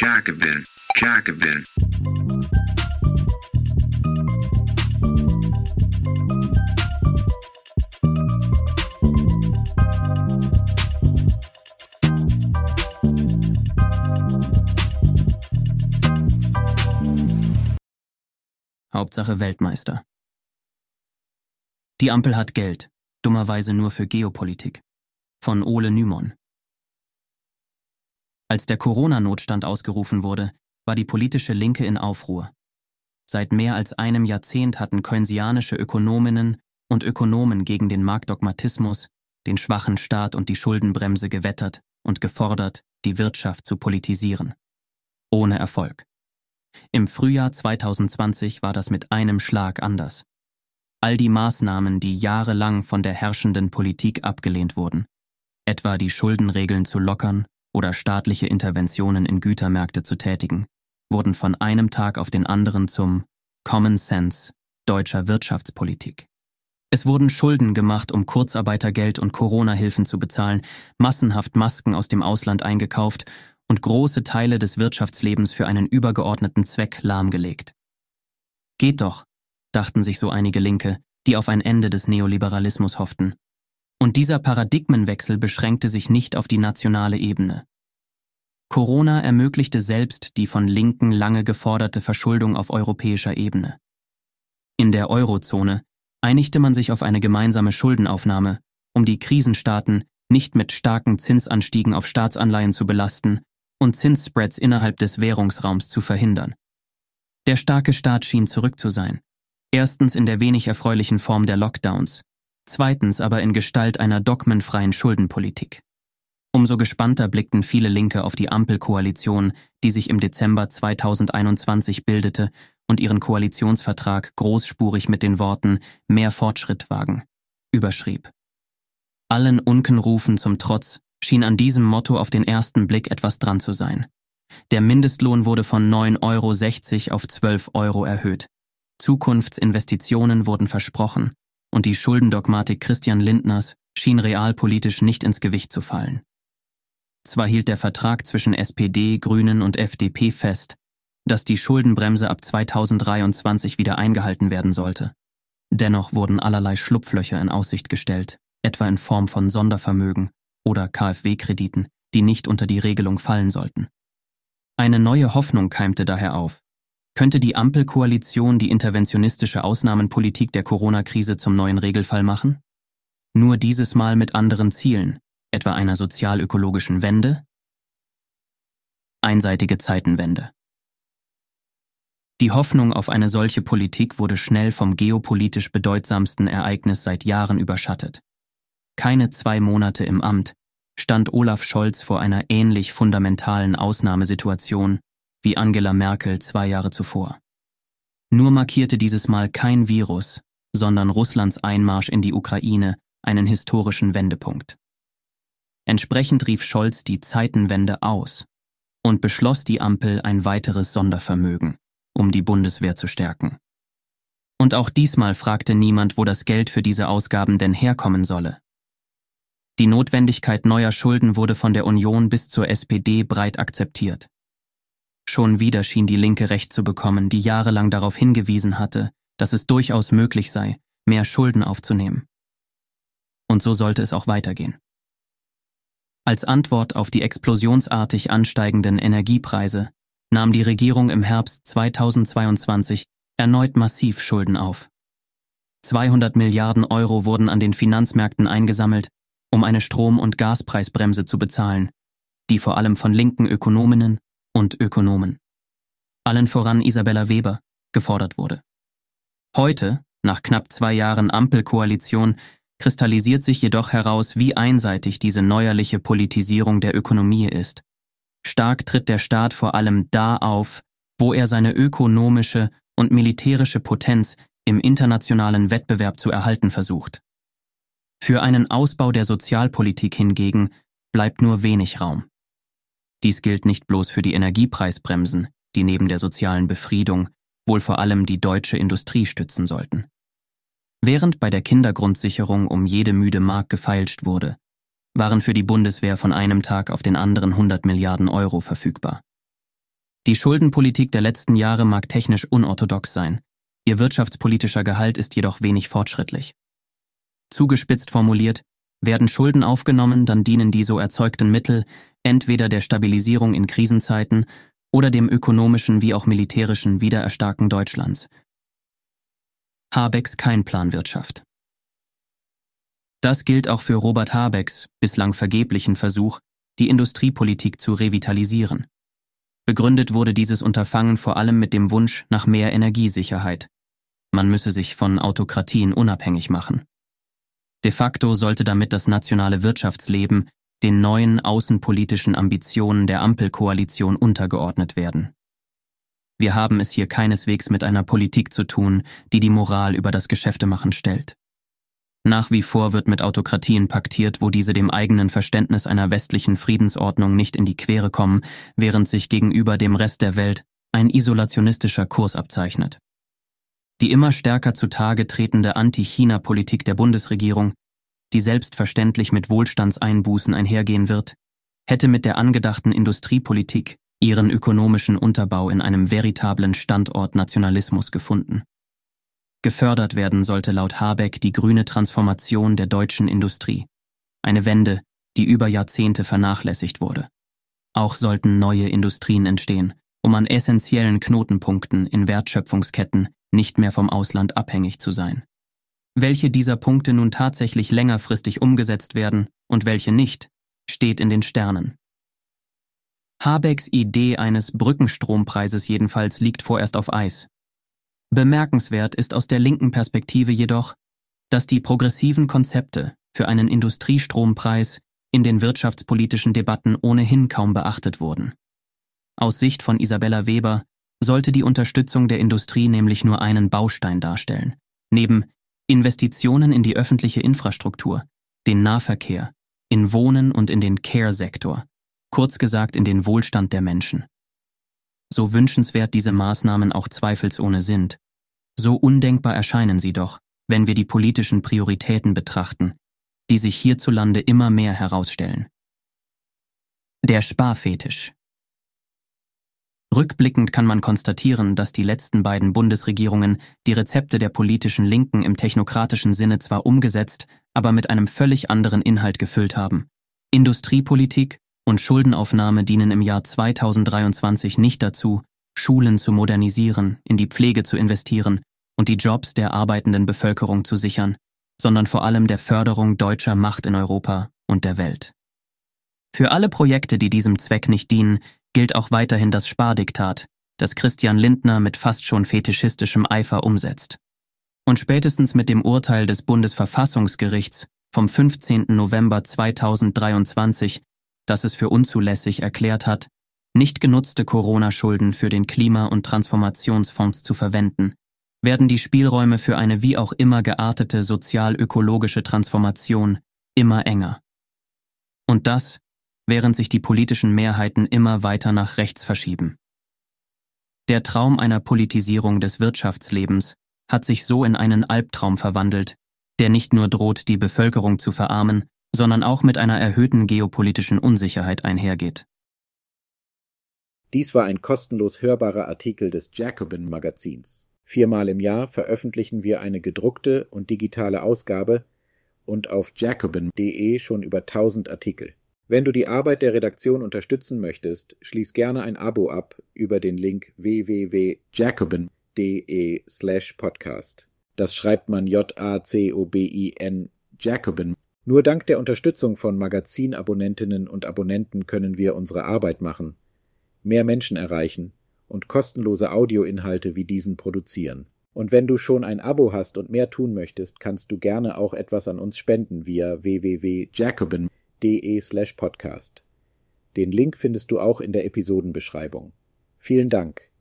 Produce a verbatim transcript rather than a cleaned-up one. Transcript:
Jacobin, Jacobin. Hauptsache Weltmeister. Die Ampel hat Geld, dummerweise nur für Geopolitik. Von Ole Nymon. Als der Corona-Notstand ausgerufen wurde, war die politische Linke in Aufruhr. Seit mehr als einem Jahrzehnt hatten keynesianische Ökonominnen und Ökonomen gegen den Marktdogmatismus, den schwachen Staat und die Schuldenbremse gewettert und gefordert, die Wirtschaft zu politisieren. Ohne Erfolg. Im Frühjahr zweitausendzwanzig war das mit einem Schlag anders. All die Maßnahmen, die jahrelang von der herrschenden Politik abgelehnt wurden, etwa die Schuldenregeln zu lockern oder staatliche Interventionen in Gütermärkte zu tätigen, wurden von einem Tag auf den anderen zum Common Sense deutscher Wirtschaftspolitik. Es wurden Schulden gemacht, um Kurzarbeitergeld und Corona-Hilfen zu bezahlen, massenhaft Masken aus dem Ausland eingekauft und große Teile des Wirtschaftslebens für einen übergeordneten Zweck lahmgelegt. Geht doch, dachten sich so einige Linke, die auf ein Ende des Neoliberalismus hofften. Und dieser Paradigmenwechsel beschränkte sich nicht auf die nationale Ebene. Corona ermöglichte selbst die von Linken lange geforderte Verschuldung auf europäischer Ebene. In der Eurozone einigte man sich auf eine gemeinsame Schuldenaufnahme, um die Krisenstaaten nicht mit starken Zinsanstiegen auf Staatsanleihen zu belasten und Zinsspreads innerhalb des Währungsraums zu verhindern. Der starke Staat schien zurück zu sein. Erstens in der wenig erfreulichen Form der Lockdowns, zweitens aber in Gestalt einer dogmenfreien Schuldenpolitik. Umso gespannter blickten viele Linke auf die Ampelkoalition, die sich im Dezember zweitausendeinundzwanzig bildete und ihren Koalitionsvertrag großspurig mit den Worten »Mehr Fortschritt wagen« überschrieb. Allen Unkenrufen zum Trotz schien an diesem Motto auf den ersten Blick etwas dran zu sein. Der Mindestlohn wurde von neun Euro sechzig auf zwölf Euro erhöht. Zukunftsinvestitionen wurden versprochen und die Schuldendogmatik Christian Lindners schien realpolitisch nicht ins Gewicht zu fallen. Zwar hielt der Vertrag zwischen S P D, Grünen und F D P fest, dass die Schuldenbremse ab zweitausenddreiundzwanzig wieder eingehalten werden sollte. Dennoch wurden allerlei Schlupflöcher in Aussicht gestellt, etwa in Form von Sondervermögen oder K f W-Krediten, die nicht unter die Regelung fallen sollten. Eine neue Hoffnung keimte daher auf. Könnte die Ampelkoalition die interventionistische Ausnahmenpolitik der Corona-Krise zum neuen Regelfall machen? Nur dieses Mal mit anderen Zielen, etwa einer sozial-ökologischen Wende? Einseitige Zeitenwende. Die Hoffnung auf eine solche Politik wurde schnell vom geopolitisch bedeutsamsten Ereignis seit Jahren überschattet. Keine zwei Monate im Amt stand Olaf Scholz vor einer ähnlich fundamentalen Ausnahmesituation wie Angela Merkel zwei Jahre zuvor. Nur markierte dieses Mal kein Virus, sondern Russlands Einmarsch in die Ukraine einen historischen Wendepunkt. Entsprechend rief Scholz die Zeitenwende aus und beschloss die Ampel ein weiteres Sondervermögen, um die Bundeswehr zu stärken. Und auch diesmal fragte niemand, wo das Geld für diese Ausgaben denn herkommen solle. Die Notwendigkeit neuer Schulden wurde von der Union bis zur S P D breit akzeptiert. Schon wieder schien die Linke Recht zu bekommen, die jahrelang darauf hingewiesen hatte, dass es durchaus möglich sei, mehr Schulden aufzunehmen. Und so sollte es auch weitergehen. Als Antwort auf die explosionsartig ansteigenden Energiepreise nahm die Regierung im Herbst zweitausendzweiundzwanzig erneut massiv Schulden auf. zweihundert Milliarden Euro wurden an den Finanzmärkten eingesammelt, um eine Strom- und Gaspreisbremse zu bezahlen, die vor allem von linken Ökonominnen und Ökonomen, allen voran Isabella Weber, gefordert wurde. Heute, nach knapp zwei Jahren Ampelkoalition, kristallisiert sich jedoch heraus, wie einseitig diese neuerliche Politisierung der Ökonomie ist. Stark tritt der Staat vor allem da auf, wo er seine ökonomische und militärische Potenz im internationalen Wettbewerb zu erhalten versucht. Für einen Ausbau der Sozialpolitik hingegen bleibt nur wenig Raum. Dies gilt nicht bloß für die Energiepreisbremsen, die neben der sozialen Befriedung wohl vor allem die deutsche Industrie stützen sollten. Während bei der Kindergrundsicherung um jede müde Mark gefeilscht wurde, waren für die Bundeswehr von einem Tag auf den anderen hundert Milliarden Euro verfügbar. Die Schuldenpolitik der letzten Jahre mag technisch unorthodox sein, ihr wirtschaftspolitischer Gehalt ist jedoch wenig fortschrittlich. Zugespitzt formuliert, werden Schulden aufgenommen, dann dienen die so erzeugten Mittel entweder der Stabilisierung in Krisenzeiten oder dem ökonomischen wie auch militärischen Wiedererstarken Deutschlands. Habecks Kein-Plan-Wirtschaft. Das gilt auch für Robert Habecks bislang vergeblichen Versuch, die Industriepolitik zu revitalisieren. Begründet wurde dieses Unterfangen vor allem mit dem Wunsch nach mehr Energiesicherheit. Man müsse sich von Autokratien unabhängig machen. De facto sollte damit das nationale Wirtschaftsleben den neuen außenpolitischen Ambitionen der Ampelkoalition untergeordnet werden. Wir haben es hier keineswegs mit einer Politik zu tun, die die Moral über das Geschäftemachen stellt. Nach wie vor wird mit Autokratien paktiert, wo diese dem eigenen Verständnis einer westlichen Friedensordnung nicht in die Quere kommen, während sich gegenüber dem Rest der Welt ein isolationistischer Kurs abzeichnet. Die immer stärker zutage tretende Anti-China-Politik der Bundesregierung, die selbstverständlich mit Wohlstandseinbußen einhergehen wird, hätte mit der angedachten Industriepolitik ihren ökonomischen Unterbau in einem veritablen Standortnationalismus gefunden. Gefördert werden sollte laut Habeck die grüne Transformation der deutschen Industrie, eine Wende, die über Jahrzehnte vernachlässigt wurde. Auch sollten neue Industrien entstehen, um an essentiellen Knotenpunkten in Wertschöpfungsketten nicht mehr vom Ausland abhängig zu sein. Welche dieser Punkte nun tatsächlich längerfristig umgesetzt werden und welche nicht, steht in den Sternen. Habecks Idee eines Brückenstrompreises jedenfalls liegt vorerst auf Eis. Bemerkenswert ist aus der linken Perspektive jedoch, dass die progressiven Konzepte für einen Industriestrompreis in den wirtschaftspolitischen Debatten ohnehin kaum beachtet wurden. Aus Sicht von Isabella Weber sollte die Unterstützung der Industrie nämlich nur einen Baustein darstellen, neben Investitionen in die öffentliche Infrastruktur, den Nahverkehr, in Wohnen und in den Care-Sektor, kurz gesagt in den Wohlstand der Menschen. So wünschenswert diese Maßnahmen auch zweifelsohne sind, so undenkbar erscheinen sie doch, wenn wir die politischen Prioritäten betrachten, die sich hierzulande immer mehr herausstellen. Der Sparfetisch. Rückblickend kann man konstatieren, dass die letzten beiden Bundesregierungen die Rezepte der politischen Linken im technokratischen Sinne zwar umgesetzt, aber mit einem völlig anderen Inhalt gefüllt haben. Industriepolitik und Schuldenaufnahme dienen im Jahr zweitausenddreiundzwanzig nicht dazu, Schulen zu modernisieren, in die Pflege zu investieren und die Jobs der arbeitenden Bevölkerung zu sichern, sondern vor allem der Förderung deutscher Macht in Europa und der Welt. Für alle Projekte, die diesem Zweck nicht dienen, gilt auch weiterhin das Spardiktat, das Christian Lindner mit fast schon fetischistischem Eifer umsetzt. Und spätestens mit dem Urteil des Bundesverfassungsgerichts vom fünfzehnten November zweitausenddreiundzwanzig, das es für unzulässig erklärt hat, nicht genutzte Corona-Schulden für den Klima- und Transformationsfonds zu verwenden, werden die Spielräume für eine wie auch immer geartete sozial-ökologische Transformation immer enger. Und das, während sich die politischen Mehrheiten immer weiter nach rechts verschieben. Der Traum einer Politisierung des Wirtschaftslebens hat sich so in einen Albtraum verwandelt, der nicht nur droht, die Bevölkerung zu verarmen, sondern auch mit einer erhöhten geopolitischen Unsicherheit einhergeht. Dies war ein kostenlos hörbarer Artikel des Jacobin Magazins. Viermal im Jahr veröffentlichen wir eine gedruckte und digitale Ausgabe und auf jacobin punkt de schon über tausend Artikel. Wenn du die Arbeit der Redaktion unterstützen möchtest, schließ gerne ein Abo ab über den Link w w w punkt jacobin punkt de slash podcast. Das schreibt man J A C O B I N, Jacobin. Nur dank der Unterstützung von Magazinabonnentinnen und Abonnenten können wir unsere Arbeit machen, mehr Menschen erreichen und kostenlose Audioinhalte wie diesen produzieren. Und wenn du schon ein Abo hast und mehr tun möchtest, kannst du gerne auch etwas an uns spenden via w w w punkt jacobin punkt de slash podcast. Den Link findest du auch in der Episodenbeschreibung. Vielen Dank.